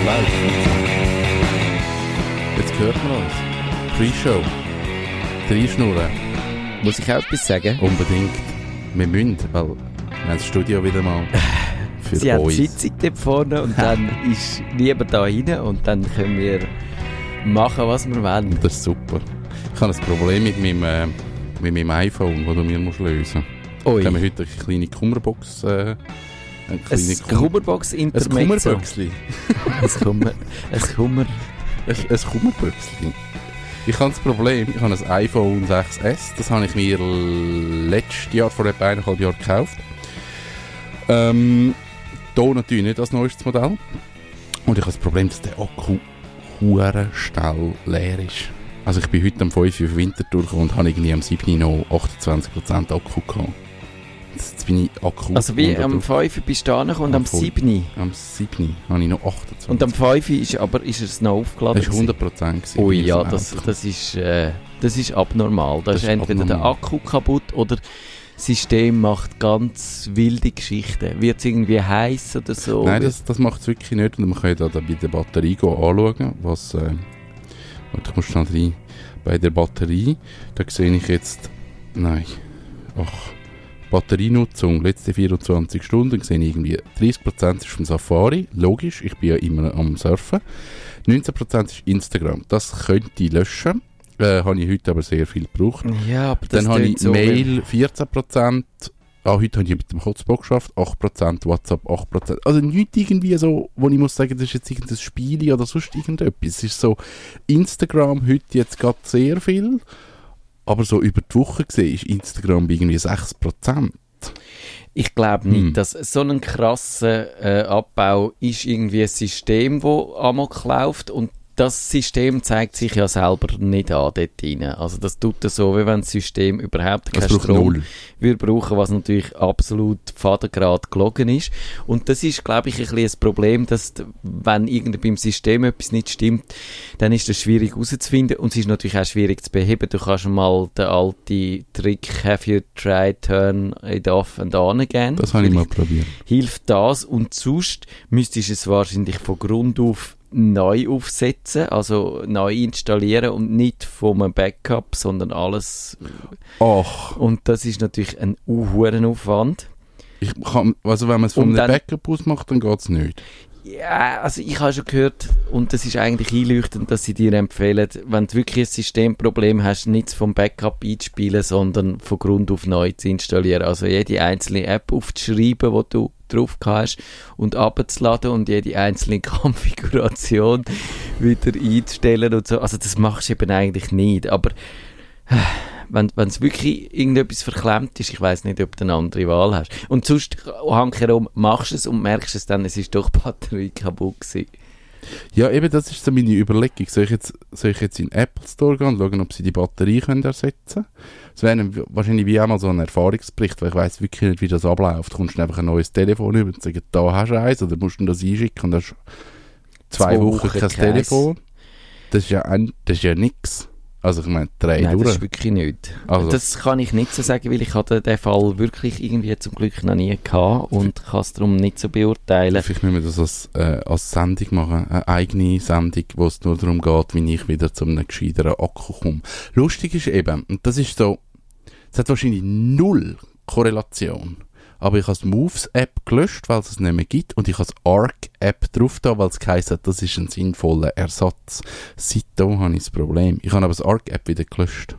läuft. Jetzt hört man uns. Pre-Show. Reinschnurren. Muss ich auch etwas sagen? Unbedingt. Wir müssen, weil wir haben das Studio wieder mal für Sie uns. haben die Sitzung dort vorne und dann ist niemand da rein und dann können wir machen, was wir wollen. Das ist super. Ich habe ein Problem mit meinem iPhone, das du mir lösen musst. Ui. Ich habe heute eine kleine Kummerbox. Ein Kummerbox-Intermezzo. Ein Kummerböckchen. Ich habe das Problem, ich habe ein iPhone 6S, das habe ich mir letztes Jahr, vor etwa 1,5 Jahren gekauft. Hier natürlich nicht als neuestes Modell. Und ich habe das Problem, dass der Akku hure schnell leer ist. Also ich bin heute am 5 Uhr auf Winterthur gekommen und habe irgendwie am 7 noch 28% Akku gehabt. Jetzt bin ich Akku. Also wie am 5 bist du angekommen und am 7? Am 7 habe ich noch 28. Und am 5 ist es noch aufgeladen? Das war 100% Ui, ja, das ist abnormal. Da ist entweder der Akku kaputt oder das System macht ganz wilde Geschichten. Wird es irgendwie heiß oder so? Nein, das macht es wirklich nicht. Und man kann da bei der Batterie anschauen, was... ich muss schnell rein. Bei der Batterie, da sehe ich jetzt... Nein. Batterienutzung, letzte 24 Stunden, sehe ich irgendwie 30% ist vom Safari. Logisch, ich bin ja immer am Surfen. 19% ist Instagram. Das könnte ich löschen. Habe ich heute aber sehr viel gebraucht. Ja, aber das dann habe ich so Mail 14%. Heute habe ich mit dem Hotspot geschafft, 8%, WhatsApp 8%. Also nicht irgendwie so, wo ich muss sagen, das ist jetzt irgendein Spiel oder sonst irgendetwas. Es ist so, Instagram heute jetzt gerade sehr viel, aber so über die Woche gesehen ist Instagram bei irgendwie 6%. Ich glaube nicht, dass so ein krasser Abbau ist irgendwie ein System, das amok läuft und das System zeigt sich ja selber nicht an dort rein. Also das tut so, wie wenn das System überhaupt keinen Strom wir brauchen, was natürlich absolut fadengrad gelogen ist. Und das ist, glaube ich, ein bisschen das Problem, dass wenn beim System etwas nicht stimmt, dann ist das schwierig herauszufinden und es ist natürlich auch schwierig zu beheben. Du kannst mal den alten Trick «Have you tried turn it off and on again?» Das habe ich mal probiert. Hilft das und sonst müsstest du es wahrscheinlich von Grund auf neu aufsetzen, also neu installieren und nicht von einem Backup, sondern alles. Ach. Und das ist natürlich ein hohen Aufwand. Also wenn man es von einem Backup aus macht, dann geht es nicht. Ja, also ich habe schon gehört, und das ist eigentlich einleuchtend, dass sie dir empfehlen, wenn du wirklich ein Systemproblem hast, nicht vom Backup einzuspielen, sondern von Grund auf neu zu installieren. Also jede einzelne App aufzuschreiben, die du drauf hast und abzuladen und jede einzelne Konfiguration wieder einzustellen und so. Also das machst du eben eigentlich nicht. Aber wenn es wirklich irgendetwas verklemmt ist, ich weiss nicht, ob du eine andere Wahl hast. Und sonst herum machst du es und merkst es dann, es ist doch die Batterie kaputt gewesen. Ja, eben, das ist so meine Überlegung. Soll ich jetzt in den Apple Store gehen und schauen, ob sie die Batterie ersetzen können? Das wäre wahrscheinlich wie einmal so ein Erfahrungsbericht, weil ich weiss wirklich nicht, wie das abläuft. Du kommst einfach ein neues Telefon über und sagst, da hast du eins, oder musst du das einschicken und hast 2 Wochen kein Telefon. Das ist ja nichts. Also ich meine, Nein, das ist wirklich nichts. Also. Das kann ich nicht so sagen, weil ich hatte den Fall wirklich irgendwie zum Glück noch nie gehabt und kann es darum nicht so beurteilen. Vielleicht müssen wir das als Sendung machen, eine eigene Sendung, wo es nur darum geht, wie ich wieder zu einem gescheiteren Akku komme. Lustig ist eben, und das ist so, es hat wahrscheinlich 0 Korrelation, aber ich habe die Moves-App gelöscht, weil es es nicht mehr gibt, und ich habe die Arc-App drauf da, weil es geheißen hat, das ist ein sinnvoller Ersatz. Seitdem habe ich das Problem. Ich habe aber die Arc-App wieder gelöscht.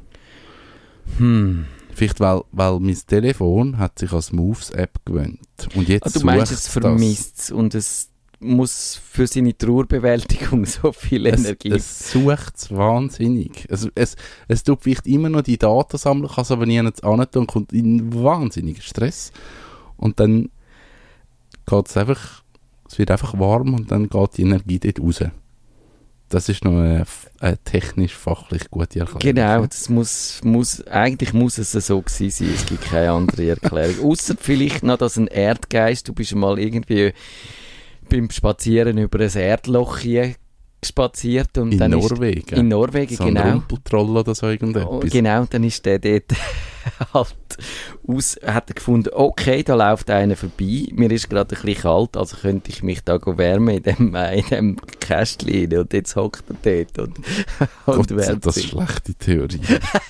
Vielleicht, weil mein Telefon hat sich als Moves-App gewöhnt. Und jetzt du meinst, es vermisst es und es muss für seine Trauerbewältigung so viel Energie. Es sucht es wahnsinnig. Es tut vielleicht immer noch die Daten sammeln, kann es aber nie ans Antun und kommt in wahnsinnigen Stress. Und dann geht es einfach, es wird einfach warm und dann geht die Energie dort raus. Das ist noch eine technisch-fachlich gute Erklärung. Genau, das eigentlich muss es so gewesen sein. Es gibt keine andere Erklärung. Ausser vielleicht noch, dass ein Erdgeist, du bist mal irgendwie beim Spazieren über ein Erdloch hier spaziert und in dann Norwegen. In Norwegen, so ein genau. Rumpeltroll oder so irgendetwas. Genau, dann ist der dort halt hat er gefunden, okay, da läuft einer vorbei, mir ist gerade ein bisschen kalt, also könnte ich mich da wärmen in dem Kästchen und jetzt hockt er dort und wärmt das sich. ist eine schlechte Theorie.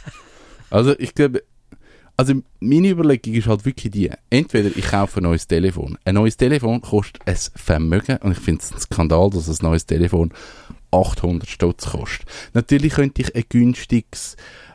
Also ich glaube, meine Überlegung ist halt wirklich die, entweder ich kaufe ein neues Telefon. Ein neues Telefon kostet ein Vermögen und ich finde es ein Skandal, dass ein neues Telefon 800 Stutz kostet. Natürlich könnte ich ein günstiges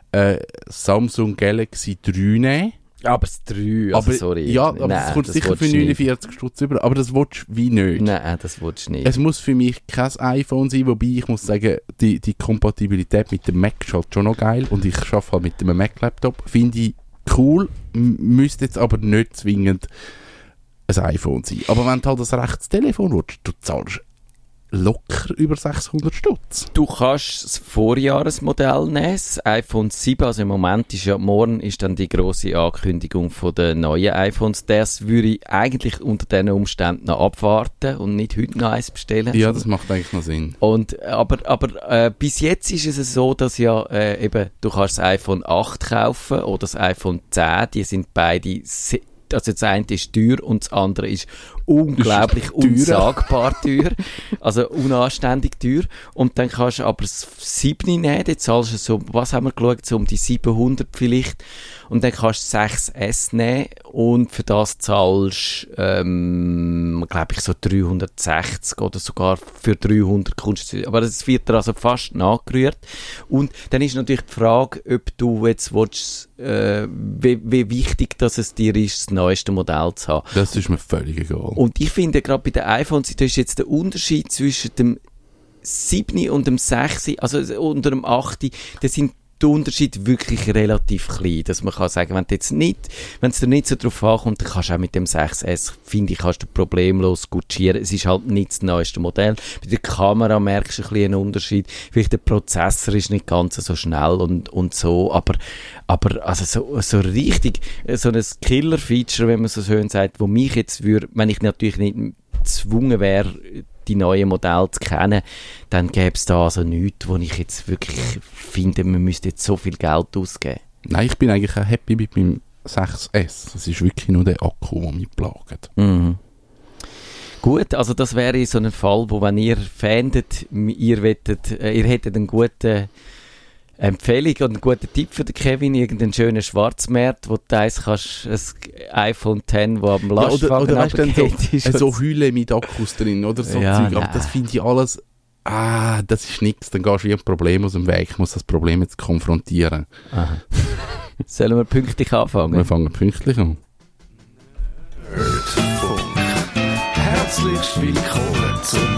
Samsung Galaxy 3 nehmen. Aber das 3, also sorry. Ja, aber das kommt sicher für 49 Stutz über, aber das willst du wie nicht. Nein, das willst du nicht. Es muss für mich kein iPhone sein, wobei ich muss sagen, die Kompatibilität mit dem Mac ist halt schon noch geil und ich arbeite halt mit einem Mac-Laptop. Finde ich cool, müsste jetzt aber nicht zwingend ein iPhone sein. Aber wenn du halt ein rechtes Telefon willst, du zahlst locker über 600 Stutz. Du kannst das Vorjahresmodell nehmen, das iPhone 7, also im Moment ist ja, morgen ist dann die grosse Ankündigung von den neuen iPhones. Das würde ich eigentlich unter diesen Umständen noch abwarten und nicht heute noch eins bestellen. Ja, das macht eigentlich noch Sinn. Und, aber bis jetzt ist es so, dass ja eben, du kannst das iPhone 8 kaufen oder das iPhone 10, die sind beide also das eine ist teuer und das andere ist unglaublich unsagbar teuer. Also unanständig teuer. Und dann kannst du aber das 7 nehmen, jetzt zahlst du so, was haben wir geschaut, so um die 700 vielleicht. Und dann kannst du 6S nehmen und für das zahlst glaube ich so 360 oder sogar für 300 kommst du. Aber das wird dir also fast nachgerührt. Und dann ist natürlich die Frage, ob du jetzt willst, wie wichtig dass es dir ist, das neueste Modell zu haben. Das ist mir völlig egal. Und ich finde gerade bei den iPhones, da ist jetzt der Unterschied zwischen dem 7 und dem 6, also unter dem 8, das sind der Unterschied wirklich relativ klein, dass man kann sagen, wenn es dir nicht so drauf ankommt, dann kannst du auch mit dem 6S, finde ich, kannst du problemlos gutschieren. Es ist halt nicht das neueste Modell. Bei der Kamera merkst du ein bisschen einen Unterschied. Vielleicht der Prozessor ist nicht ganz so schnell und so, aber also so richtig, so ein Killer-Feature, wenn man so schön sagt, wo mich jetzt würde, wenn ich natürlich nicht gezwungen wäre, die neuen Modelle zu kennen, dann gäbe es da also nichts, wo ich jetzt wirklich finde, man müsste jetzt so viel Geld ausgeben. Nein, ich bin eigentlich auch happy mit meinem 6S. Das ist wirklich nur der Akku, der mich plagt. Mhm. Gut, also das wäre so ein Fall, wo wenn ihr fändet, ihr hättet einen guten Empfehlung und einen guten Tipp für den Kevin, irgendeinen schönen Schwarzmarkt, wo du eins kannst, ein iPhone X, das am Lastwagen oder weißt du, ist. so Hülle mit Akkus drin oder so ja, Zeug. Aber das finde ich alles, das ist nichts. Dann gehst du wie ein Problem aus dem Weg. Ich muss das Problem jetzt konfrontieren. Aha. Sollen wir pünktlich anfangen? Wir fangen pünktlich an. Nerdfunk. Herzlich willkommen zum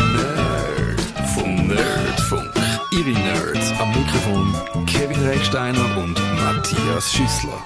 Nerdfunk. Ihre Nerds am Mikrofon Kevin Rechsteiner und Matthias Schüssler.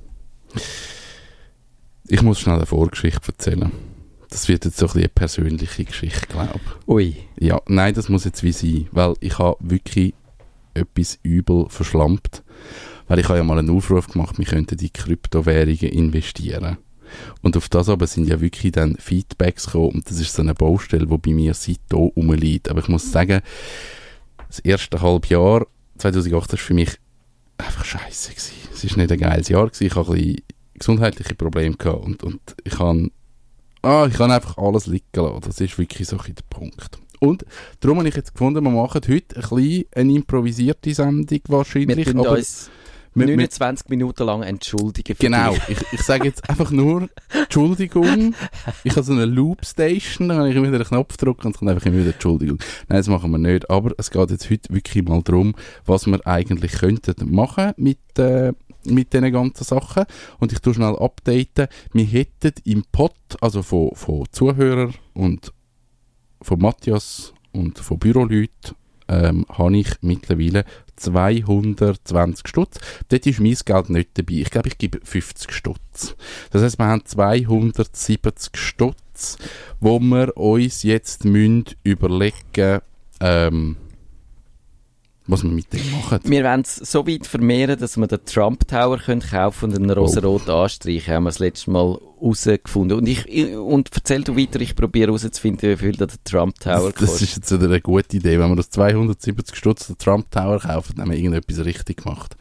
Ich muss schnell eine Vorgeschichte erzählen. Das wird jetzt so ein bisschen eine persönliche Geschichte, glaube ich. Ui. Ja, nein, das muss jetzt wie sein, weil ich habe wirklich etwas übel verschlampt. Weil ich habe ja mal einen Aufruf gemacht, wir könnten in Kryptowährungen investieren. Und auf das aber sind ja wirklich dann Feedbacks gekommen und das ist so eine Baustelle, die bei mir seitdem rumliegt. Aber ich muss sagen, das erste Halbjahr 2018 war für mich einfach scheisse gewesen. Es war nicht ein geiles Jahr gewesen. Ich hatte ein bisschen gesundheitliche Probleme gehabt und ich kann einfach alles liegen lassen. Das ist wirklich so ein der Punkt. Und darum habe ich jetzt gefunden, wir machen heute ein bisschen eine improvisierte Sendung wahrscheinlich. Wir können uns 29 Minuten lang entschuldigen. Genau, ich sage jetzt einfach nur Entschuldigung. Ich habe so eine Loop-Station, da kann ich immer wieder einen Knopf drücken und es kommt einfach immer wieder Entschuldigung. Nein, das machen wir nicht. Aber es geht jetzt heute wirklich mal darum, was wir eigentlich könnten machen mit diesen ganzen Sachen. Und ich tue schnell updaten. Wir hätten im Pod, also von Zuhörern und von Matthias und von Büroleuten, habe ich mittlerweile 220 Stutz. Dort ist mein Geld nicht dabei. Ich glaube, ich gebe 50 Stutz. Das heisst, wir haben 270 Stutz, wo wir uns jetzt überlegen müssen, was wir mit dem machen. Wir wollen es so weit vermehren, dass wir den Trump Tower kaufen können und einen rosa-rot anstreichen. Haben wir das letzte Mal herausgefunden. Und erzähl du weiter, ich probiere herauszufinden, wie viel der Trump Tower kostet. Das ist jetzt wieder eine gute Idee. Wenn wir das 270 Stutz den Trump Tower kaufen, dann haben wir irgendetwas richtig gemacht.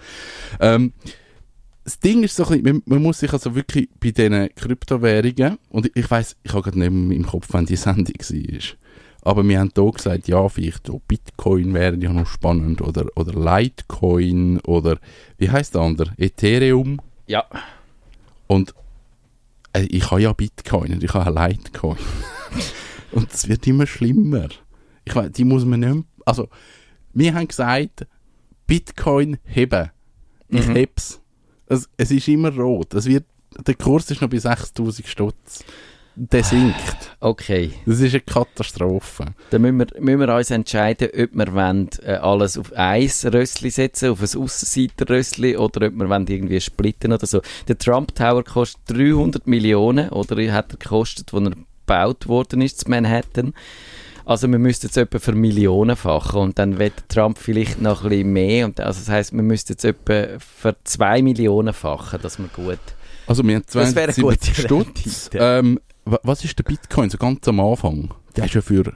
Das Ding ist so ein bisschen, man muss sich also wirklich bei diesen Kryptowährungen, und ich weiss, ich habe gerade nicht mehr im Kopf, wann die Sendung war, aber wir haben hier gesagt, ja, vielleicht auch Bitcoin wäre ja noch spannend, oder Litecoin, oder, wie heisst der andere? Ethereum. Ja. Und ich habe ja Bitcoin und ich habe Litecoin. Und es wird immer schlimmer. Ich weiss, die muss man nicht mehr, also, wir haben gesagt, Bitcoin heben. Ich heb's. Es ist immer rot. Der Kurs ist noch bei 6'000 Stutz. Der sinkt. Okay. Das ist eine Katastrophe. Dann müssen wir uns entscheiden, ob wir wollen, alles auf ein Rössli setzen, auf ein Aussenseiterrössli, oder ob wir wollen irgendwie splitten oder so. Der Trump Tower kostet 300 Millionen, oder hat er gekostet, als er gebaut worden ist, in Manhattan. Also wir müssten jetzt etwa für Millionenfachen, und dann will Trump vielleicht noch ein bisschen mehr. Und also das heisst, wir müssten jetzt etwa für 2 Millionenfachen, dass wir gut... Also wir haben 72 Stutz. Was ist der Bitcoin so ganz am Anfang? Der ist ja für...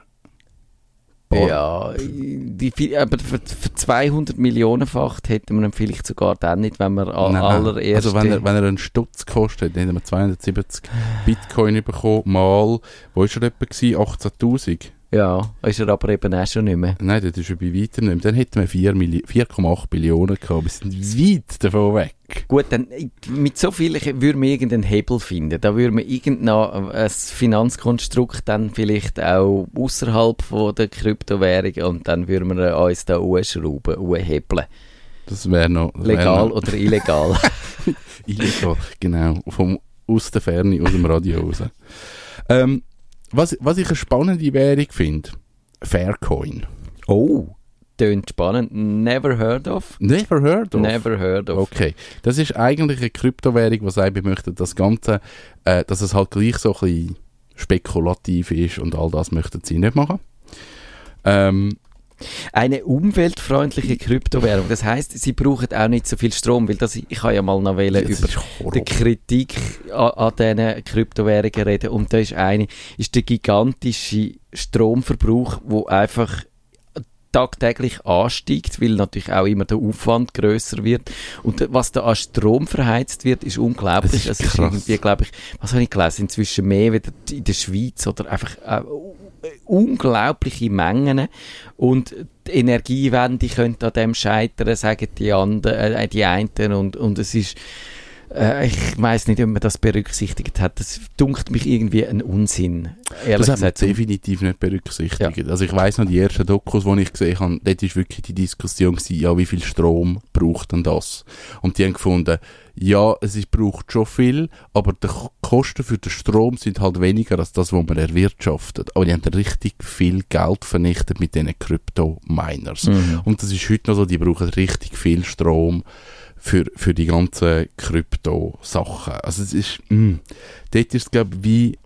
Ja, aber für 200 Millionenfach hätten wir ihn vielleicht sogar dann nicht, wenn wir allererst... Also wenn er einen Stutz kostet, dann hätten wir 270 Bitcoin bekommen, mal, wo war er etwa gewesen? 18'000? Ja, ist er aber eben auch schon nicht mehr. Nein, das ist bei weitem nicht mehr. Dann hätten wir 4,8 Billionen gehabt. Wir sind weit davon weg. Gut, dann mit so viel würden wir irgendeinen Hebel finden. Da würden wir ein Finanzkonstrukt dann vielleicht auch außerhalb der Kryptowährung, und dann würden wir uns da hebeln. Das wäre noch... Legal oder illegal? Illegal, genau. Aus der Ferne, aus dem Radio raus. Was ich eine spannende Währung finde, Faircoin. Oh, tönt spannend. Never heard of? Never heard of? Never heard of. Okay. Das ist eigentlich eine Kryptowährung, die sagt, wir möchten das Ganze, dass es halt gleich so ein bisschen spekulativ ist, und all das möchten sie nicht machen. Eine umweltfreundliche Kryptowährung. Das heisst, sie brauchen auch nicht so viel Strom, weil ich habe ja mal noch über die Kritik an diesen Kryptowährungen reden, und da ist der gigantische Stromverbrauch, der einfach tagtäglich ansteigt, weil natürlich auch immer der Aufwand grösser wird. Und was da an Strom verheizt wird, ist unglaublich. Das ist irgendwie, glaube ich, was habe ich gelesen, inzwischen mehr wieder in der Schweiz, oder einfach unglaubliche Mengen, und die Energiewende könnte an dem scheitern, sagen die einen, und es ist ich weiss nicht, ob man das berücksichtigt hat. Das dunkt mich irgendwie ein Unsinn. Das hat man definitiv nicht berücksichtigt. Ja. Also ich weiss noch, die ersten Dokus, die ich gesehen habe, dort war wirklich die Diskussion gewesen, ja, wie viel Strom braucht denn das? Und die haben gefunden, ja, braucht schon viel, aber die Kosten für den Strom sind halt weniger als das, was man erwirtschaftet. Aber die haben richtig viel Geld vernichtet mit diesen Krypto-Miners. Mhm. Und das ist heute noch so, die brauchen richtig viel Strom für die ganzen Krypto-Sachen. Also es ist, dort ist es, glaube ich,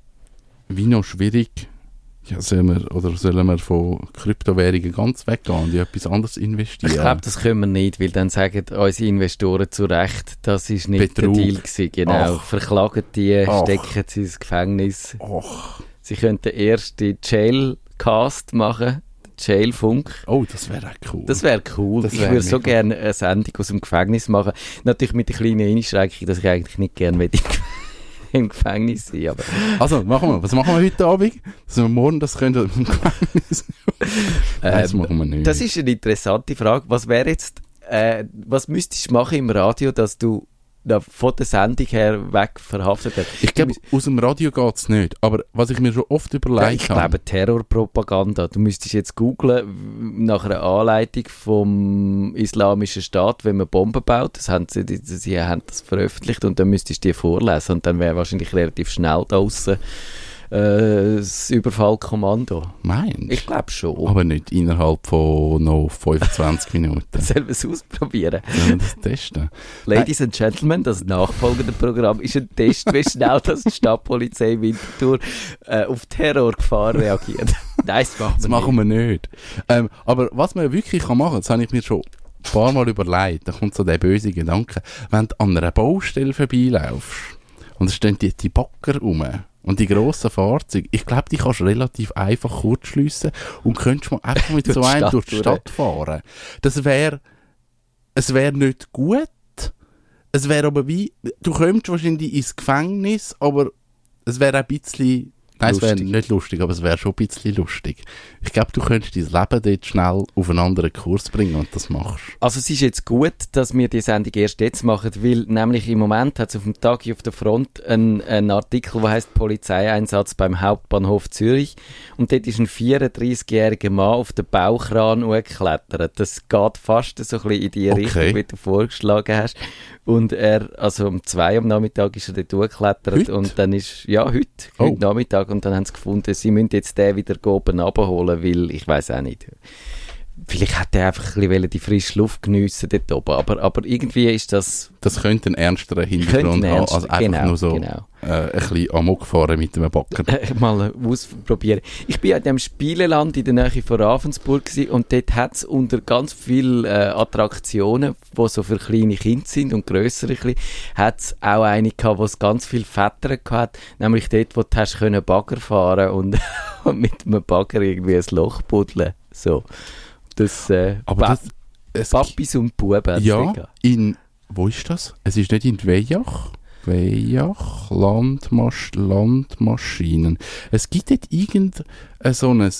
wie noch schwierig, ja, sollen wir von Kryptowährungen ganz weggehen und in etwas anderes investieren? Ich glaube, das können wir nicht, weil dann sagen unsere Investoren zu Recht, das ist nicht Betrug. Der Deal gewesen. Genau, verklagen die, stecken sie ins Gefängnis. Sie könnten erst die Jailcast machen, Jailfunk. Oh, das wäre auch cool. Das wäre cool. Ich würde so gerne eine Sendung aus dem Gefängnis machen. Natürlich mit der kleinen Einschränkung, dass ich eigentlich nicht gerne im Gefängnis sein. Aber also, was machen wir heute Abend? Dass wir morgen das können im Gefängnis. Das machen wir nicht. Das ist eine interessante Frage. Was wäre jetzt, was müsstest du machen im Radio, dass du von der Sendung her weg verhaftet wird? Ich glaube, aus dem Radio geht es nicht. Aber was ich mir schon oft überlegt habe... Ich glaube, Terrorpropaganda. Du müsstest jetzt googlen nach einer Anleitung vom Islamischen Staat, wenn man Bomben baut. Sie haben das veröffentlicht, und dann müsstest du die vorlesen. Und dann wäre wahrscheinlich relativ schnell da draussen das Überfallkommando. Meinst du? Ich glaube schon. Aber nicht innerhalb von noch 25 Minuten. Sollen wir es ausprobieren? Sollen wir das testen? Ladies and Gentlemen, das nachfolgende Programm ist ein Test, wie schnell das die Stadtpolizei Winterthur auf Terrorgefahr reagiert. Nein, das machen wir nicht. Aber was man wirklich machen kann, das habe ich mir schon ein paar Mal überlegt, da kommt so der böse Gedanke, wenn du an einer Baustelle vorbeilaufst und es stehen die Bagger rum und die grossen Fahrzeuge, ich glaube, die kannst du relativ einfach kurzschliessen und könntest mal einfach mit so einem durch die Stadt fahren. Es wäre nicht gut, es wäre aber wie, du kommst wahrscheinlich ins Gefängnis, aber es wäre ein bisschen... Nein, es wäre nicht lustig, aber es wäre schon ein bisschen lustig. Ich glaube, du könntest dein Leben dort schnell auf einen anderen Kurs bringen und das machst. Also es ist jetzt gut, dass wir die Sendung erst jetzt machen, weil nämlich im Moment hat es auf dem Tag auf der Front einen Artikel, der heisst «Polizeieinsatz beim Hauptbahnhof Zürich». Und dort ist ein 34-jähriger Mann auf den Baukran hochgeklettert. Das geht fast so ein bisschen in die Richtung, wie du vorgeschlagen hast. Und also um 2 am Nachmittag ist er dort hochgeklettert. Heute? Und dann ist, heute Nachmittag. Und dann haben sie gefunden, sie müssen jetzt den wieder oben runterholen, weil, ich weiss auch nicht. Vielleicht hat er einfach ein bisschen die frische Luft geniessen dort oben. Aber irgendwie ist das... Das könnte einen ernsteren Hintergrund haben, als einfach nur so ein bisschen Amok fahren mit einem Bagger. Mal ausprobieren. Ich bin in diesem Spieleland in der Nähe von Ravensburg gewesen, und dort hat es unter ganz vielen Attraktionen, die so für kleine Kinder sind und grössere, hat es auch eine gehabt, wo es ganz viele Väter hatte, nämlich dort, wo du hast können Bagger fahren und mit einem Bagger irgendwie ein Loch buddeln. So. Das, aber Papis und Buben. Ja, wo ist das? Es ist nicht in Weijach, Landmaschinen. Es gibt dort so ein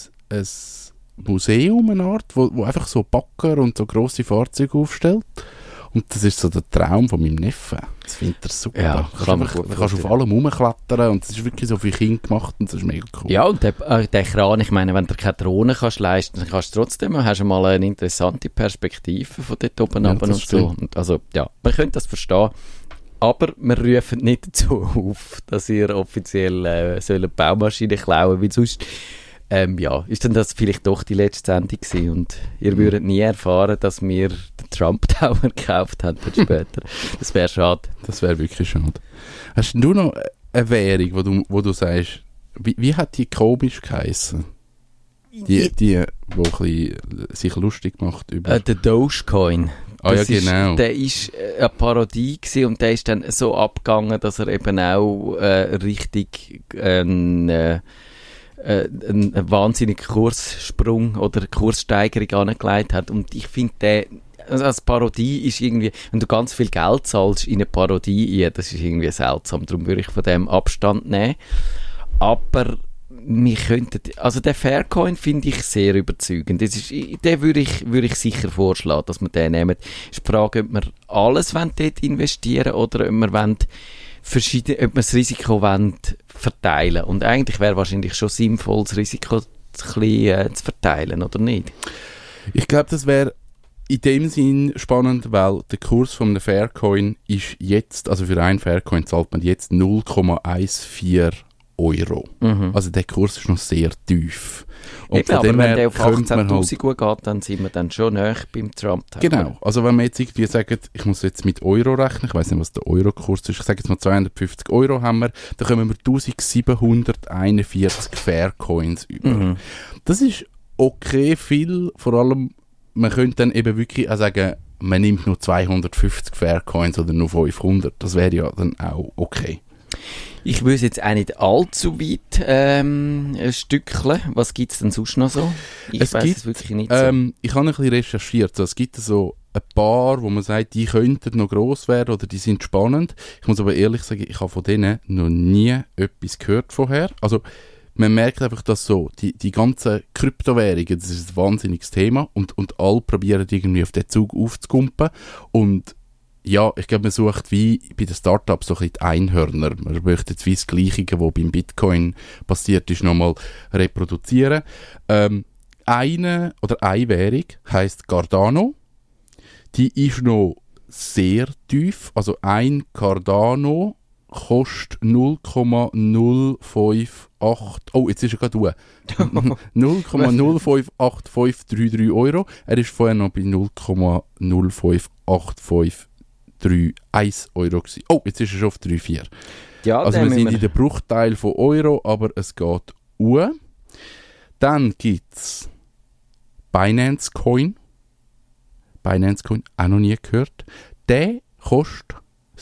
Museum, eine Art, wo einfach so Bagger und so grosse Fahrzeuge aufstellt. Und das ist so der Traum von meinem Neffen. Das findet er super. Ja, du kannst auf allem rumklettern und das ist wirklich so für Kinder gemacht und das ist mega cool. Ja, und der Kran, ich meine, wenn du keine Drohne kannst leisten, dann kannst du trotzdem, hast du mal eine interessante Perspektive von dort oben runter und so. Und also, ja, man könnte das verstehen. Aber wir rufen nicht dazu auf, dass ihr offiziell Baumaschinen klauen, weil sonst ist dann das vielleicht doch die letzte Sendung gewesen und ihr würdet nie erfahren, dass wir den Trump Tower gekauft haben später. Das wäre schade. Das wäre wirklich schade. Hast du noch eine Währung, wo du sagst, wie hat die komisch geheissen? Die ein bisschen sich lustig macht über... Der Dogecoin. Ja, genau. Der war eine Parodie gewesen und der ist dann so abgegangen, dass er eben auch richtig einen wahnsinnigen Kurssprung oder Kurssteigerung angelegt hat. Und ich finde, als Parodie ist irgendwie, wenn du ganz viel Geld zahlst in eine Parodie, das ist irgendwie seltsam. Darum würde ich von dem Abstand nehmen. Aber wir könnten, also den Faircoin finde ich sehr überzeugend. Den würde ich sicher vorschlagen, dass wir den nehmen. Es ist die Frage, ob wir alles dort investieren oder ob wir ob wir das Risiko verteilen. Und eigentlich wäre wahrscheinlich schon sinnvoll, das Risiko zu verteilen, oder nicht? Ich glaube, das wäre in dem Sinn spannend, weil der Kurs von einem Faircoin ist jetzt, also für einen Faircoin zahlt man jetzt 0,14 Euro. Mhm. Also der Kurs ist noch sehr tief. Und eben, aber wenn der auf 18'000 gut geht, dann sind wir dann schon näher beim Trump. Genau, also wenn wir jetzt irgendwie sagen, ich muss jetzt mit Euro rechnen, ich weiss nicht, was der Euro-Kurs ist, ich sage jetzt mal 250 Euro haben wir, dann kommen wir 1741 Faircoins über. Mhm. Das ist okay viel, vor allem, man könnte dann eben wirklich auch sagen, man nimmt nur 250 Faircoins oder nur 500, das wäre ja dann auch okay. Ich würde jetzt auch nicht allzu weit stückeln. Was gibt es denn sonst noch so? Ich weiss es wirklich nicht so. Ich habe ein bisschen recherchiert. Also, es gibt so ein paar, wo man sagt, die könnten noch gross werden oder die sind spannend. Ich muss aber ehrlich sagen, ich habe von denen noch nie etwas gehört vorher. Also man merkt einfach, dass so die ganzen Kryptowährungen, das ist ein wahnsinniges Thema und alle probieren irgendwie auf den Zug aufzukumpen und ja, ich glaube, man sucht wie bei den Startups so ein bisschen die Einhörner. Man möchte jetzt wie das Gleiche, was beim Bitcoin passiert ist, nochmal reproduzieren. Eine Währung heisst Cardano. Die ist noch sehr tief. Also ein Cardano kostet 0,058. Oh, jetzt ist er gerade 0,05853 Euro. Er ist vorher noch bei 0,05853 1 Euro gewesen. Oh, jetzt ist er schon auf 3,4. Ja, also wir sind in der Bruchteil von Euro, aber es geht Dann gibt es Binance Coin. Binance Coin, auch noch nie gehört. Der kostet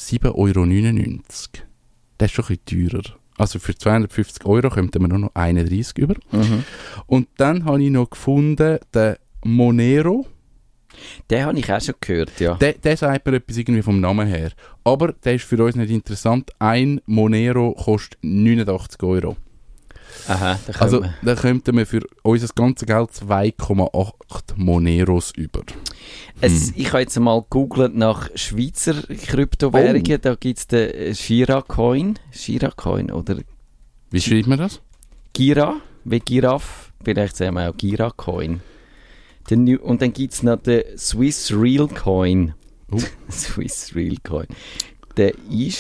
7,99 €. Das ist schon ein bisschen teurer. Also für 250 € kommt man nur noch 31 über. Mhm. Und dann habe ich noch gefunden, den Monero. Den habe ich auch schon gehört, ja. Der sagt mir etwas irgendwie vom Namen her. Aber der ist für uns nicht interessant. Ein Monero kostet 89 €. Aha, Also da könnten wir für unser ganzes Geld 2,8 Moneros über. Ich habe jetzt mal gegoogelt nach Schweizer Kryptowährungen. Oh. Da gibt es den Gira-Coin. Gira-Coin oder Wie schreibt man das? Gira, wie Giraffe. Vielleicht sagen wir auch Gira-Coin. Und dann gibt es noch den Swiss Real Coin. Swiss Real Coin. Der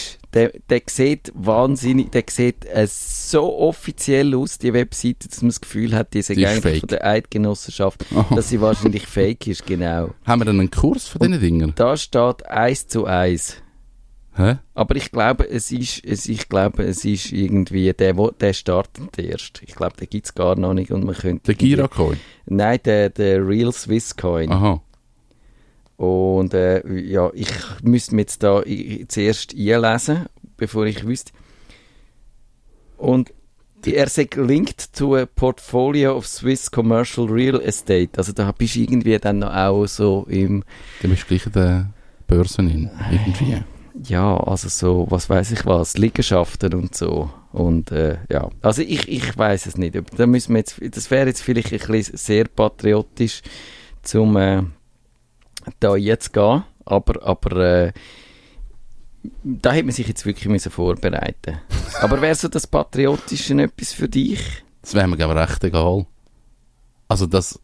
sieht wahnsinnig, der sieht so offiziell aus, die Webseite, dass man das Gefühl hat, die ist eigentlich fake. von der Eidgenossenschaft, Aha. dass sie wahrscheinlich fake ist, genau. Haben wir dann einen Kurs von diesen Dingern? Da steht 1:1. Hä? Aber ich glaube, es ist irgendwie, der startet erst. Ich glaube, den gibt es gar noch nicht und man könnte... Der Gira-Coin? Nein, der Real Swiss Coin. Aha. Und ja, ich müsste mir jetzt da zuerst einlesen, bevor ich wüsste. Und er sagt linked to a portfolio of Swiss commercial real estate. Also da bist du irgendwie dann noch auch so im... Dann bist du gleich in der Börse hin, irgendwie. Ja, also so, was weiß ich was, Liegenschaften und so. Und ja, also ich weiß es nicht. Da müssen wir jetzt, das wäre jetzt vielleicht ein bisschen sehr patriotisch, zum da jetzt gehen. Aber da hätte man sich jetzt wirklich müssen vorbereiten. Aber wäre so das Patriotische etwas für dich? Das wäre mir aber recht egal. Also das...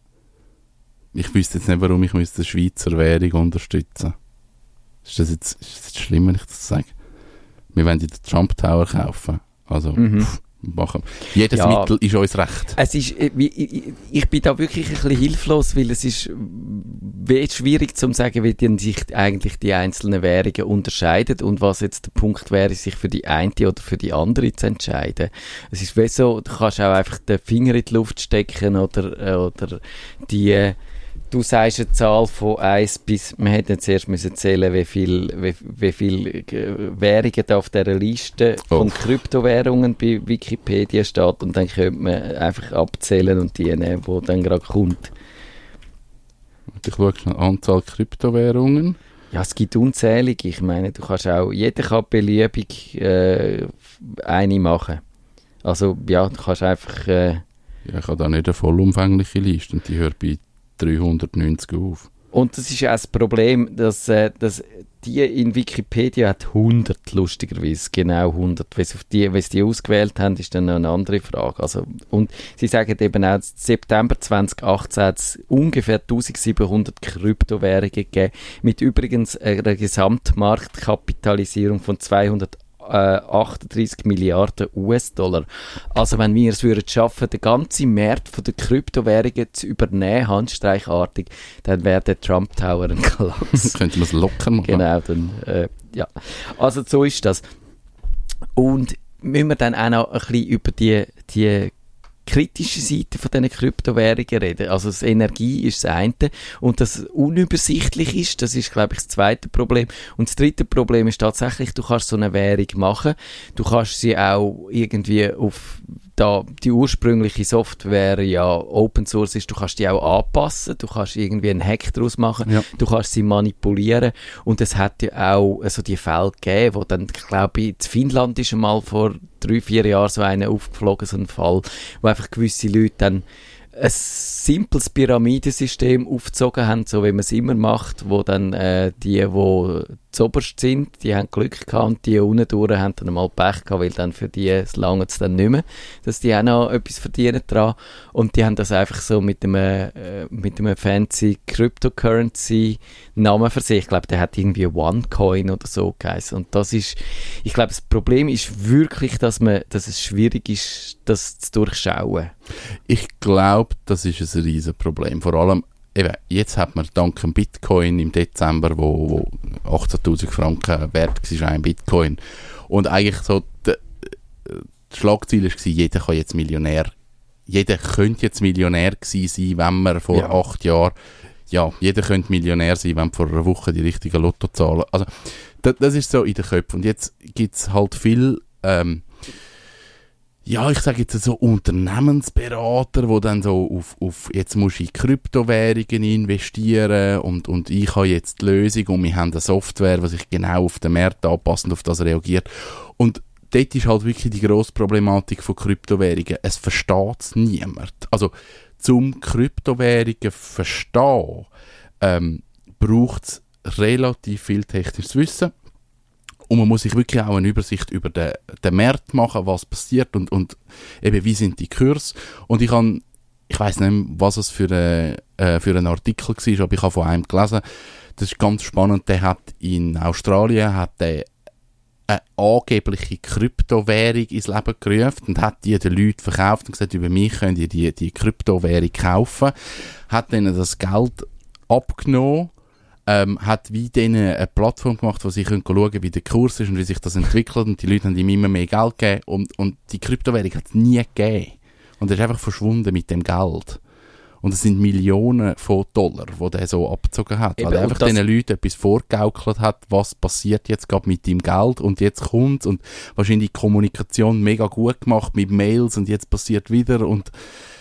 Ich wüsste jetzt nicht, warum ich die Schweizer Währung unterstützen. Ist das jetzt schlimm, wenn ich das sage? Wir wollen den Trump Tower kaufen. Also, machen. Jedes Mittel ist uns recht. Es ist, ich bin da wirklich ein bisschen hilflos, weil es ist schwierig zu sagen, wie sich eigentlich die einzelnen Währungen unterscheiden und was jetzt der Punkt wäre, sich für die eine oder für die andere zu entscheiden. Es ist wie so, du kannst auch einfach den Finger in die Luft stecken oder die... Du sagst eine Zahl von 1 bis, wir hätten jetzt erst müssen zählen, wie viel Währungen da auf dieser Liste von Kryptowährungen bei Wikipedia steht und dann könnte man einfach abzählen und die nehmen, die dann gerade kommt. Ich schaue schnell Anzahl Kryptowährungen. Ja, es gibt unzählige. Ich meine, du kannst auch, jeder kann beliebig eine machen. Also ja, du kannst einfach... Ja, ich habe da nicht eine vollumfängliche Liste und die hört bei 390 auf. Und das ist ja auch das Problem, dass die in Wikipedia hat 100, lustigerweise, genau 100. Wenn sie die ausgewählt haben, ist dann noch eine andere Frage. Also, und sie sagen eben auch, September 2018 hat es ungefähr 1700 Kryptowährungen gegeben, mit übrigens einer Gesamtmarktkapitalisierung von 238 Milliarden US-Dollar. Also wenn wir es würden schaffen, den ganzen Markt von den Kryptowährungen zu übernehmen, handstreichartig, dann wäre der Trump Tower ein Klacks. Könnte man es locker machen. Genau, dann, ja. Also so ist das. Und müssen wir dann auch noch ein bisschen über die kritische Seite von diesen Kryptowährungen reden. Also das Energie ist das eine und das unübersichtlich ist, das ist, glaube ich, das zweite Problem. Und das dritte Problem ist tatsächlich, du kannst so eine Währung machen, du kannst sie auch irgendwie auf die ursprüngliche Software ja Open Source ist, du kannst die auch anpassen, du kannst irgendwie einen Hack daraus machen, ja. Du kannst sie manipulieren und es hat ja auch so die Fälle gegeben, wo dann, glaube ich, in Finnland ist einmal vor 3-4 Jahren so einer aufgeflogen, so ein Fall, wo einfach gewisse Leute dann ein simples Pyramidensystem aufgezogen haben, so wie man es immer macht, wo dann die zuoberst sind, die haben Glück gehabt und die unten durch haben dann mal Pech gehabt, weil dann für die lange es dann nicht mehr, dass die auch noch etwas verdienen dran und die haben das einfach so mit einem fancy Cryptocurrency Namen für sich. Ich glaube, der hat irgendwie OneCoin oder so geheißen und das ist, ich glaube, das Problem ist wirklich, dass es schwierig ist, das zu durchschauen. Ich glaube, das ist ein riesen Problem. Vor allem, eben, jetzt hat man dank dem Bitcoin im Dezember, wo 18'000 Franken wert war, ein Bitcoin. Und eigentlich so, das Schlagziel war, jeder kann jetzt Millionär jeder könnte jetzt Millionär gewesen sein, wenn man vor 8 Jahren, jeder könnte Millionär sein, wenn man vor einer Woche die richtigen Lottozahlen, also das ist so in den Köpfen. Und jetzt gibt es halt viel, ich sage jetzt so Unternehmensberater, die dann so auf jetzt musst du in Kryptowährungen investieren und ich habe jetzt die Lösung und wir haben eine Software, die sich genau auf den Markt anpassend auf das reagiert. Und dort ist halt wirklich die grosse Problematik von Kryptowährungen. Es versteht es niemand. Also zum Kryptowährungen verstehen, braucht es relativ viel technisches Wissen. Und man muss sich wirklich auch eine Übersicht über den Markt machen, was passiert und eben wie sind die Kurse. Und ich weiss nicht, was es für einen Artikel war, aber ich habe von einem gelesen, das ist ganz spannend, der hat in Australien eine angebliche Kryptowährung ins Leben gerufen und hat die den Leuten verkauft und gesagt, über mich könnt ihr die Kryptowährung kaufen, hat ihnen das Geld abgenommen, hat wie denen eine Plattform gemacht, wo sie schauen können, wie der Kurs ist und wie sich das entwickelt und die Leute haben ihm immer mehr Geld gegeben und die Kryptowährung hat es nie gegeben und er ist einfach verschwunden mit dem Geld. Und es sind Millionen von Dollar, die der so abgezogen hat. Eben, weil er einfach diesen Leuten etwas vorgegaukelt hat, was passiert jetzt gerade mit dem Geld und jetzt kommt und wahrscheinlich die Kommunikation mega gut gemacht mit Mails und jetzt passiert wieder und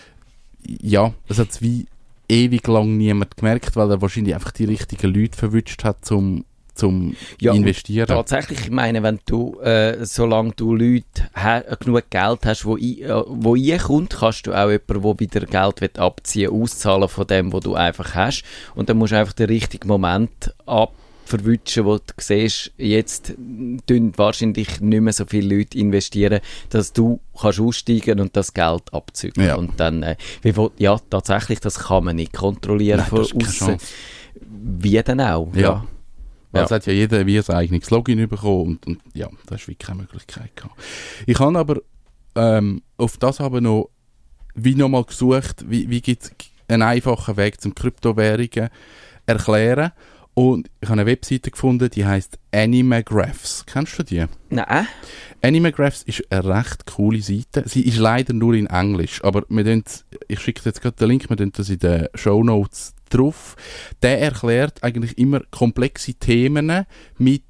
ja, es hat es wie ewig lang niemand gemerkt, weil er wahrscheinlich einfach die richtigen Leute verwünscht hat zum investieren. Tatsächlich, ich meine, wenn du, solange du Leute genug Geld hast, wo reinkommt, kannst du auch jemanden, der wieder Geld abziehen will, auszahlen von dem, was du einfach hast. Und dann musst du einfach den richtigen Moment verwünschen, wo du siehst, jetzt tun wahrscheinlich nicht mehr so viele Leute investieren, dass du kannst aussteigen und das Geld abzügeln. Ja. Und dann, tatsächlich, das kann man nicht kontrollieren von außen. Wie denn auch? Ja. Weil es hat ja jeder wie ein eigenes Login bekommen und ja, das ist wirklich keine Möglichkeit gehabt. Ich habe aber auf das aber noch wie nochmal gesucht, wie gibt es einen einfachen Weg zum Kryptowährungen erklären. Und ich habe eine Webseite gefunden, die heisst Animagraphs. Kennst du die? Nein. Animagraphs ist eine recht coole Seite. Sie ist leider nur in Englisch, aber ich schicke jetzt gerade den Link, wir tun das in den Shownotes drauf. Der erklärt eigentlich immer komplexe Themen mit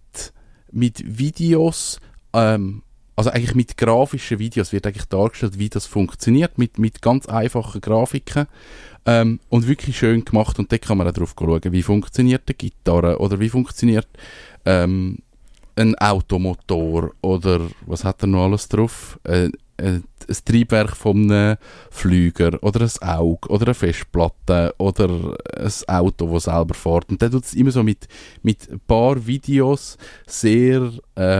Videos, also eigentlich mit grafischen Videos wird eigentlich dargestellt, wie das funktioniert, mit ganz einfachen Grafiken. Und wirklich schön gemacht und da kann man auch drauf schauen, wie funktioniert eine Gitarre oder wie funktioniert ein Automotor oder was hat er noch alles drauf? Ein Triebwerk von einem Flüger oder ein Auge oder eine Festplatte oder ein Auto, das selber fährt. Und der tut es immer so mit ein paar Videos sehr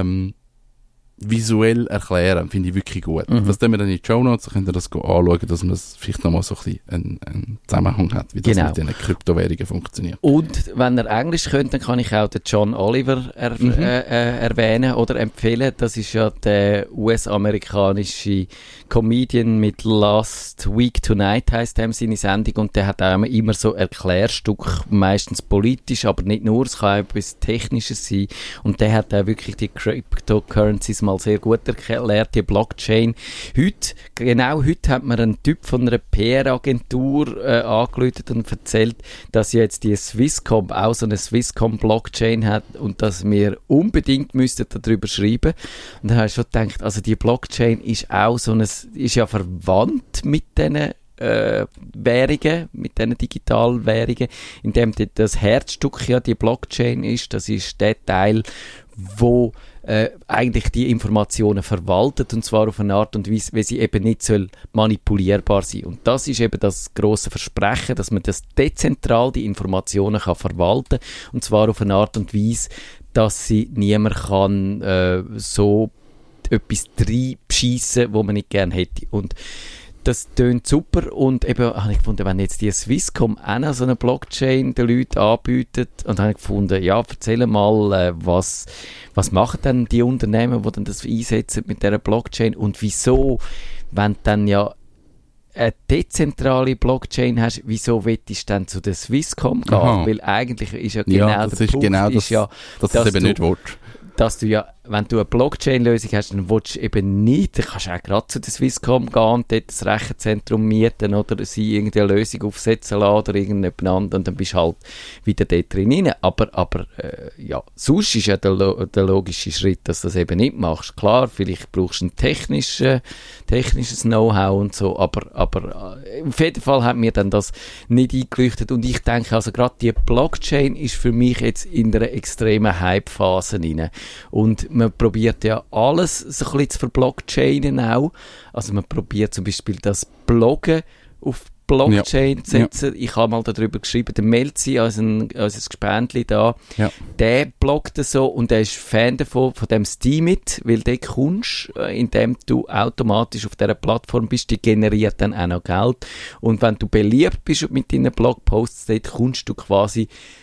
visuell erklären, finde ich wirklich gut. Das tun wir dann in die Shownotes, dann könnt ihr das anschauen, dass man vielleicht nochmal so ein bisschen einen Zusammenhang hat, wie das mit diesen Kryptowährungen funktioniert. Und wenn ihr Englisch könnt, dann kann ich auch den John Oliver erwähnen oder empfehlen. Das ist ja der US-amerikanische Comedian mit Last Week Tonight, heisst dem seine Sendung, und der hat auch immer so Erklärstück, meistens politisch, aber nicht nur, es kann auch etwas Technisches sein, und der hat auch wirklich die Cryptocurrencies mal sehr gut erklärt, die Blockchain. Heute hat mir ein Typ von einer PR-Agentur angerufen und erzählt, dass jetzt die Swisscom auch so eine Swisscom-Blockchain hat und dass wir unbedingt darüber schreiben. Und dann habe ich schon gedacht, also die Blockchain ist auch ist ja verwandt mit diesen Währungen, mit diesen Digitalwährungen, indem das Herzstück ja die Blockchain ist. Das ist der Teil, wo eigentlich die Informationen verwaltet, und zwar auf eine Art und Weise, wie sie eben nicht manipulierbar sein. Und das ist eben das grosse Versprechen, dass man das dezentral die Informationen kann verwalten, und zwar auf eine Art und Weise, dass sie niemand kann so etwas reinschiessen, wo man nicht gerne hätte. Und das tönt super, und eben habe ich gefunden, wenn jetzt die Swisscom auch noch so eine Blockchain den Leuten anbietet, und dann habe ich gefunden, ja, erzähl mal, was machen denn die Unternehmen, die dann das einsetzen mit dieser Blockchain, und wieso, wenn du dann ja eine dezentrale Blockchain hast, wieso willst du dann zu der Swisscom gehen? Weil eigentlich ist ja genau der Punkt, dass du es eben nicht willst. Dass du ja wenn du eine Blockchain-Lösung hast, dann willst du eben nicht, dann kannst du auch gerade zu der Swisscom gehen und dort das Rechenzentrum mieten oder sie irgendeine Lösung aufsetzen lassen oder irgendjemand anderen und dann bist du halt wieder dort drin. Aber ja, sonst ist ja der logische Schritt, dass du das eben nicht machst. Klar, vielleicht brauchst du ein technisches Know-how und so, aber auf jeden Fall hat mir dann das nicht eingeleuchtet und ich denke, also gerade die Blockchain ist für mich jetzt in einer extremen Hype-Phase rein. Und man probiert ja alles so ein bisschen zu verblockchainen auch. Also man probiert zum Beispiel das Bloggen auf Blockchain zu setzen. Ja. Ich habe mal darüber geschrieben, der Melzi, also ein Gespendli da, der bloggt so und der ist Fan davon, von dem Steemit, weil der kommst, indem du automatisch auf dieser Plattform bist, die generiert dann auch noch Geld. Und wenn du beliebt bist mit deinen Blogposts, dort kommst du quasi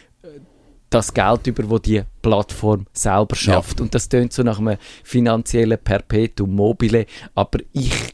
das Geld über, das die Plattform selber schafft. Ja. Und das tönt so nach einem finanziellen Perpetuum mobile, aber ich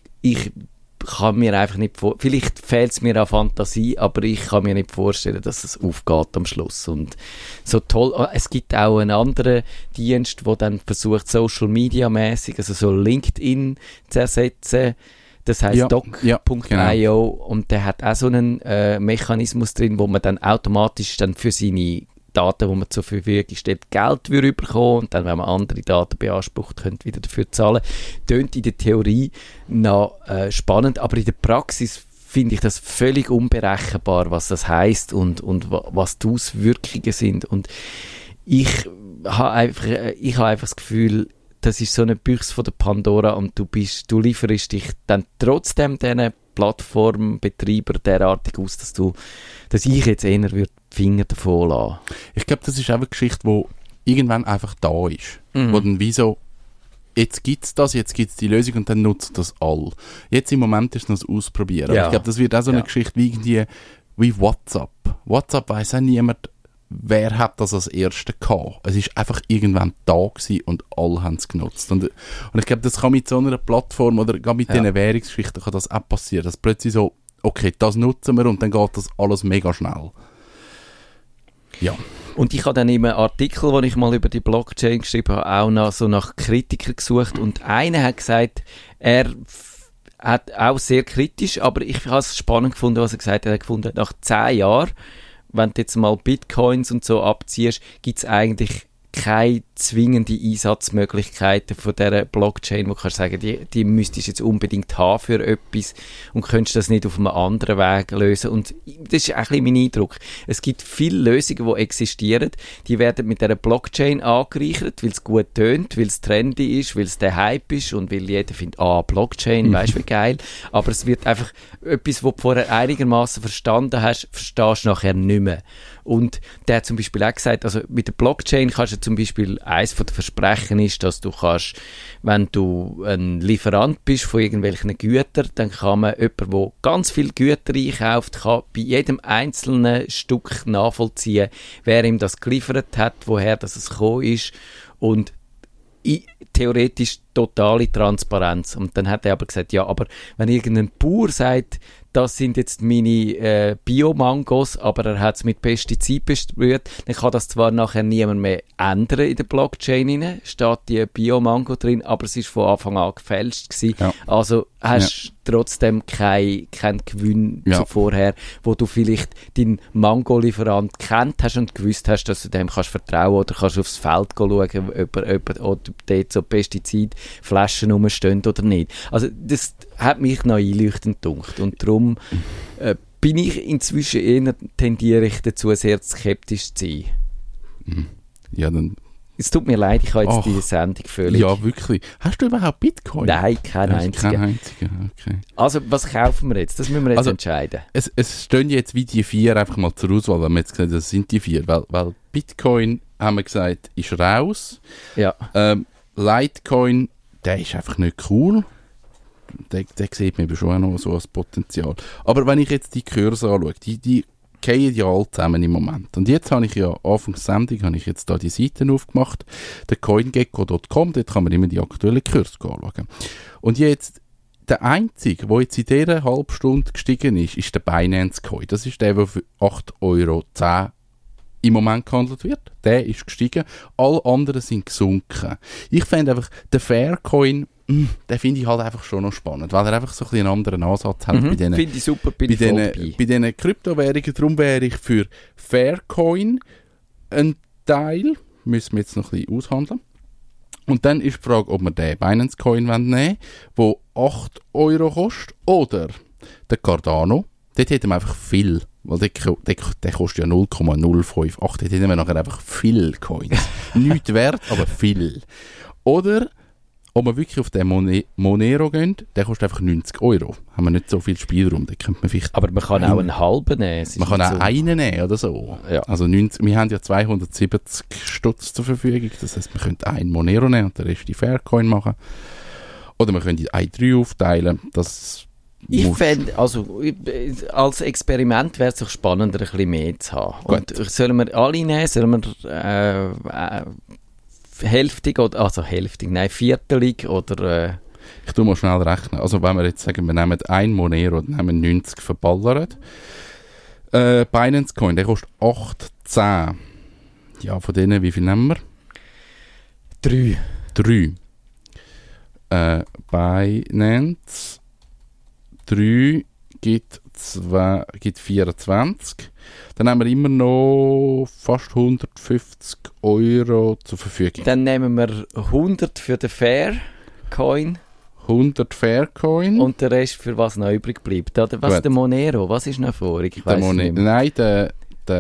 kann mir einfach nicht vielleicht fehlt es mir an Fantasie, aber ich kann mir nicht vorstellen, dass es aufgeht am Schluss. Und so toll, es gibt auch einen anderen Dienst, der dann versucht, Social Media mäßig, also so LinkedIn zu ersetzen. Das heisst doc.io genau. Und der hat auch so einen Mechanismus drin, wo man dann automatisch dann für seine Daten, die man zur Verfügung stellt, Geld bekommen und dann, wenn man andere Daten beansprucht, könnt wieder dafür zahlen. Tönt in der Theorie noch spannend, aber in der Praxis finde ich das völlig unberechenbar, was das heisst und was die Auswirkungen sind. Und ich habe einfach das Gefühl, das ist so eine Büchse von der Pandora und du lieferst dich dann trotzdem diesen Plattformbetreiber derartig aus, dass ich jetzt eher die Finger davon lassen. Ich glaube, das ist auch eine Geschichte, die irgendwann einfach da ist. Wo dann wie so, jetzt gibt es das, jetzt gibt es die Lösung und dann nutzt das all. Jetzt im Moment ist es noch das Ausprobieren. Ja. Ich glaube, das wird auch so eine Geschichte wie WhatsApp. WhatsApp weiss auch niemand, wer hat das als Erster gehabt. Es ist einfach irgendwann da gewesen und alle haben es genutzt. Und ich glaube, das kann mit so einer Plattform oder gar mit diesen Währungsgeschichten kann das auch passieren, dass plötzlich so, okay, das nutzen wir und dann geht das alles mega schnell. Ja. Und ich habe dann in einem Artikel, den ich mal über die Blockchain geschrieben habe, auch noch so nach Kritikern gesucht und einer hat gesagt, er hat auch sehr kritisch, aber ich habe es spannend gefunden, was er gesagt hat. Er hat gefunden, nach 10 Jahren, wenn du jetzt mal Bitcoins und so abziehst, gibt es eigentlich keine zwingende Einsatzmöglichkeiten von dieser Blockchain, wo du kannst sagen, die müsstest du jetzt unbedingt haben für etwas und könntest das nicht auf einem anderen Weg lösen. Und das ist ein bisschen mein Eindruck. Es gibt viele Lösungen, die existieren, die werden mit dieser Blockchain angereichert, weil es gut tönt, weil es trendy ist, weil es der Hype ist und weil jeder findet, Blockchain, weißt du, wie geil. Aber es wird einfach etwas, was du vorher einigermaßen verstanden hast, verstehst du nachher nicht mehr. Und der hat zum Beispiel auch gesagt, also mit der Blockchain kannst du zum Beispiel, eines von den Versprechen ist, dass du kannst, wenn du ein Lieferant bist von irgendwelchen Gütern, dann kann man jemand, der ganz viele Güter einkauft, kann bei jedem einzelnen Stück nachvollziehen, wer ihm das geliefert hat, woher das es gekommen ist und theoretisch totale Transparenz. Und dann hat er aber gesagt, ja, aber wenn irgendein Bauer sagt, das sind jetzt meine Bio-Mangos, aber er hat es mit Pestizid besprüht, dann kann das zwar nachher niemand mehr ändern in der Blockchain rein, steht die Bio-Mango drin, aber es ist von Anfang an gefälscht gewesen. Ja. Also hast trotzdem kein Gewinn zu vorher, wo du vielleicht deinen Mango-Lieferant kennt hast und gewusst hast, dass du dem kannst vertrauen oder kannst aufs Feld schauen, ob dort so Pestizidflaschen rumstehen oder nicht. Also das hat mich noch einleuchtend gedacht und darum bin ich inzwischen eher, tendiere ich dazu, sehr skeptisch zu sein. Ja, dann... Es tut mir leid, ich habe jetzt diese Sendung völlig... Ja, wirklich. Hast du überhaupt Bitcoin? Nein, kein einziger. Okay. Also, was kaufen wir jetzt? Das müssen wir jetzt entscheiden. Es stehen jetzt wie die 4 einfach mal zur Auswahl, wenn wir jetzt gesagt haben, das sind die 4. Weil Bitcoin, haben wir gesagt, ist raus. Ja. Litecoin, der ist einfach nicht cool. Der sieht mir schon noch so als Potenzial. Aber wenn ich jetzt die Kurse anschaue, die gehen ja alle zusammen im Moment. Und jetzt habe ich ja, Anfangs Sendung, habe ich jetzt da die Seiten aufgemacht, der coingecko.com, dort kann man immer die aktuellen Kurse anschauen. Und jetzt, der einzige, der jetzt in dieser halben Stunde gestiegen ist der Binance Coin. Das ist der für 8,10 € im Moment gehandelt wird. Der ist gestiegen. Alle anderen sind gesunken. Ich finde einfach, der Faircoin, den finde ich halt einfach schon noch spannend, weil er einfach so ein bisschen einen anderen Ansatz hat bei diesen, finde ich super, bin ich voll dabei. bei diesen Kryptowährungen. Darum wäre ich für Faircoin ein Teil, müssen wir jetzt noch ein bisschen aushandeln. Und dann ist die Frage, ob wir den Binance Coin nehmen wollen, der 8 Euro kostet, oder den Cardano. Dort hätten wir einfach viel, weil der kostet ja 0,058. Dort hätten wir nachher einfach viel Coins. Nicht wert, aber viel. Oder ob wir wirklich auf den Monero gehen, der kostet einfach 90 Euro. Haben wir nicht so viel Spielraum. Da könnte man vielleicht aber man kann auch einen halben nehmen. Man kann auch einen nehmen oder so. Ja. Also 90, wir haben ja 270 Stutz zur Verfügung. Das heisst, wir können einen Monero nehmen und den Rest in Faircoin machen. Oder wir können die i3 aufteilen. Das ich fände, also als Experiment wäre es doch spannender, ein bisschen mehr zu haben. Gut. Und sollen wir alle nehmen? Sollen wir hälftig oder, also hälftig, nein, viertelig oder... Ich tue mal schnell rechnen. Also wenn wir jetzt sagen, wir nehmen einen Monero und nehmen 90 verballert. Binance Coin, der kostet 8,10. Ja, von denen, wie viel nehmen wir? 3. Binance 3 gibt 24. Dann haben wir immer noch fast 150 Euro zur Verfügung. Dann nehmen wir 100 für den Faircoin. 100 Faircoin. Und der Rest für was noch übrig bleibt. Oder was ist der Monero? Was ist noch vorig? Ich weiss nicht mehr. Nein, der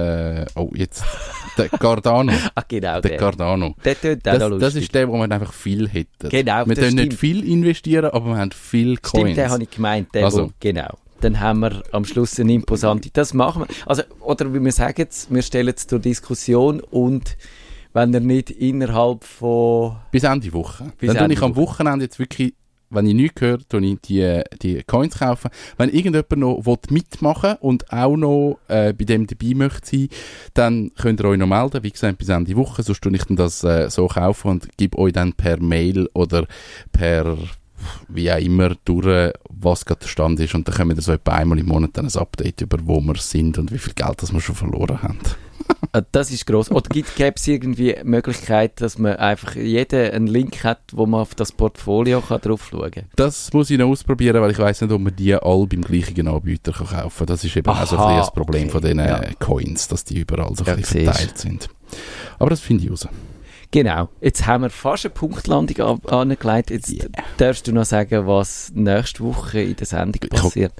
Cardano. Ah, genau, der Cardano. Der tut auch noch lustig. Das ist der, wo man einfach viel hätte. Genau, wir können nicht viel investieren, aber wir haben viel Coins. Stimmt, den habe ich gemeint. Der, Also. Genau. Dann haben wir am Schluss eine imposante. Das machen wir. Also, oder wie wir sagen, wir stellen es zur Diskussion und wenn er nicht innerhalb von... Bis Ende Woche. Dann tue ich am Wochenende jetzt wirklich, wenn ich nichts höre, tue ich die Coins kaufen. Wenn irgendjemand noch mitmachen will und auch noch bei dem dabei möchte sein, dann könnt ihr euch noch melden. Wie gesagt, bis Ende Woche. Sonst tue ich dann das so kaufen und gebe euch dann per Mail oder per wie auch immer durch, was gerade der Stand ist. Und dann können wir so etwa einmal im Monat dann ein Update über wo wir sind und wie viel Geld das wir schon verloren haben. Das ist gross. Oder gäbe es irgendwie die Möglichkeit, dass man einfach jeder einen Link hat, wo man auf das Portfolio drauf schauen kann? Das muss ich noch ausprobieren, weil ich weiss nicht, ob man die alle beim gleichen Anbieter kaufen kann. Das ist eben auch so ein bisschen das Problem von diesen Coins, dass die überall so ein bisschen verteilt sind. Aber das finde ich raus. Genau. Jetzt haben wir fast eine Punktlandung angelegt. Jetzt darfst du noch sagen, was nächste Woche in der Sendung passiert.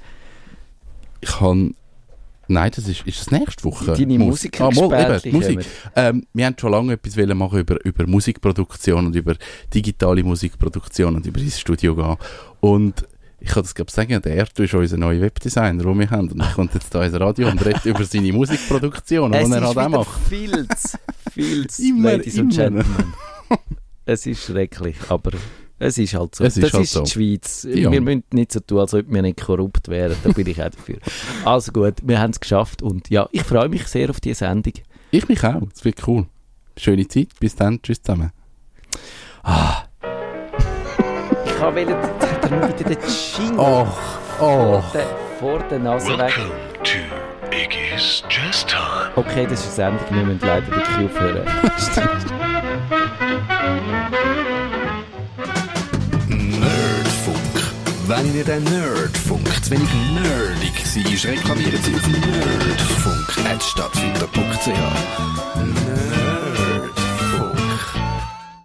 Nein, das ist das nächste Woche. Deine Musik. Musik. Wir haben schon lange etwas machen über Musikproduktion und über digitale Musikproduktion und über ins Studio gehen. Und ich kann das sagen, der Erto ist unser neuer Webdesigner, den wir haben. Und er kommt jetzt da ins Radio und redet über seine Musikproduktion, die er halt auch macht. Viel Ladies und Gentlemen. Es ist schrecklich, aber es ist halt so. Das ist die Schweiz. Ja. Wir müssen nicht so tun, als ob wir nicht korrupt wären. Da bin ich auch dafür. Also gut, wir haben es geschafft und ja, ich freue mich sehr auf diese Sendung. Ich mich auch, es wird cool. Schöne Zeit, bis dann, tschüss zusammen. Ich habe wieder den Jingle vor der Nase weg. Welcome to Iggy's Jazz Time. Okay, das ist eine Sendung, wir müssen leider wirklich aufhören. Nerdfunk. Wenn ihr den Nerdfunk zu wenig nerdig seid, reklamiert sie auf nerdfunk@stadtfinder.ch.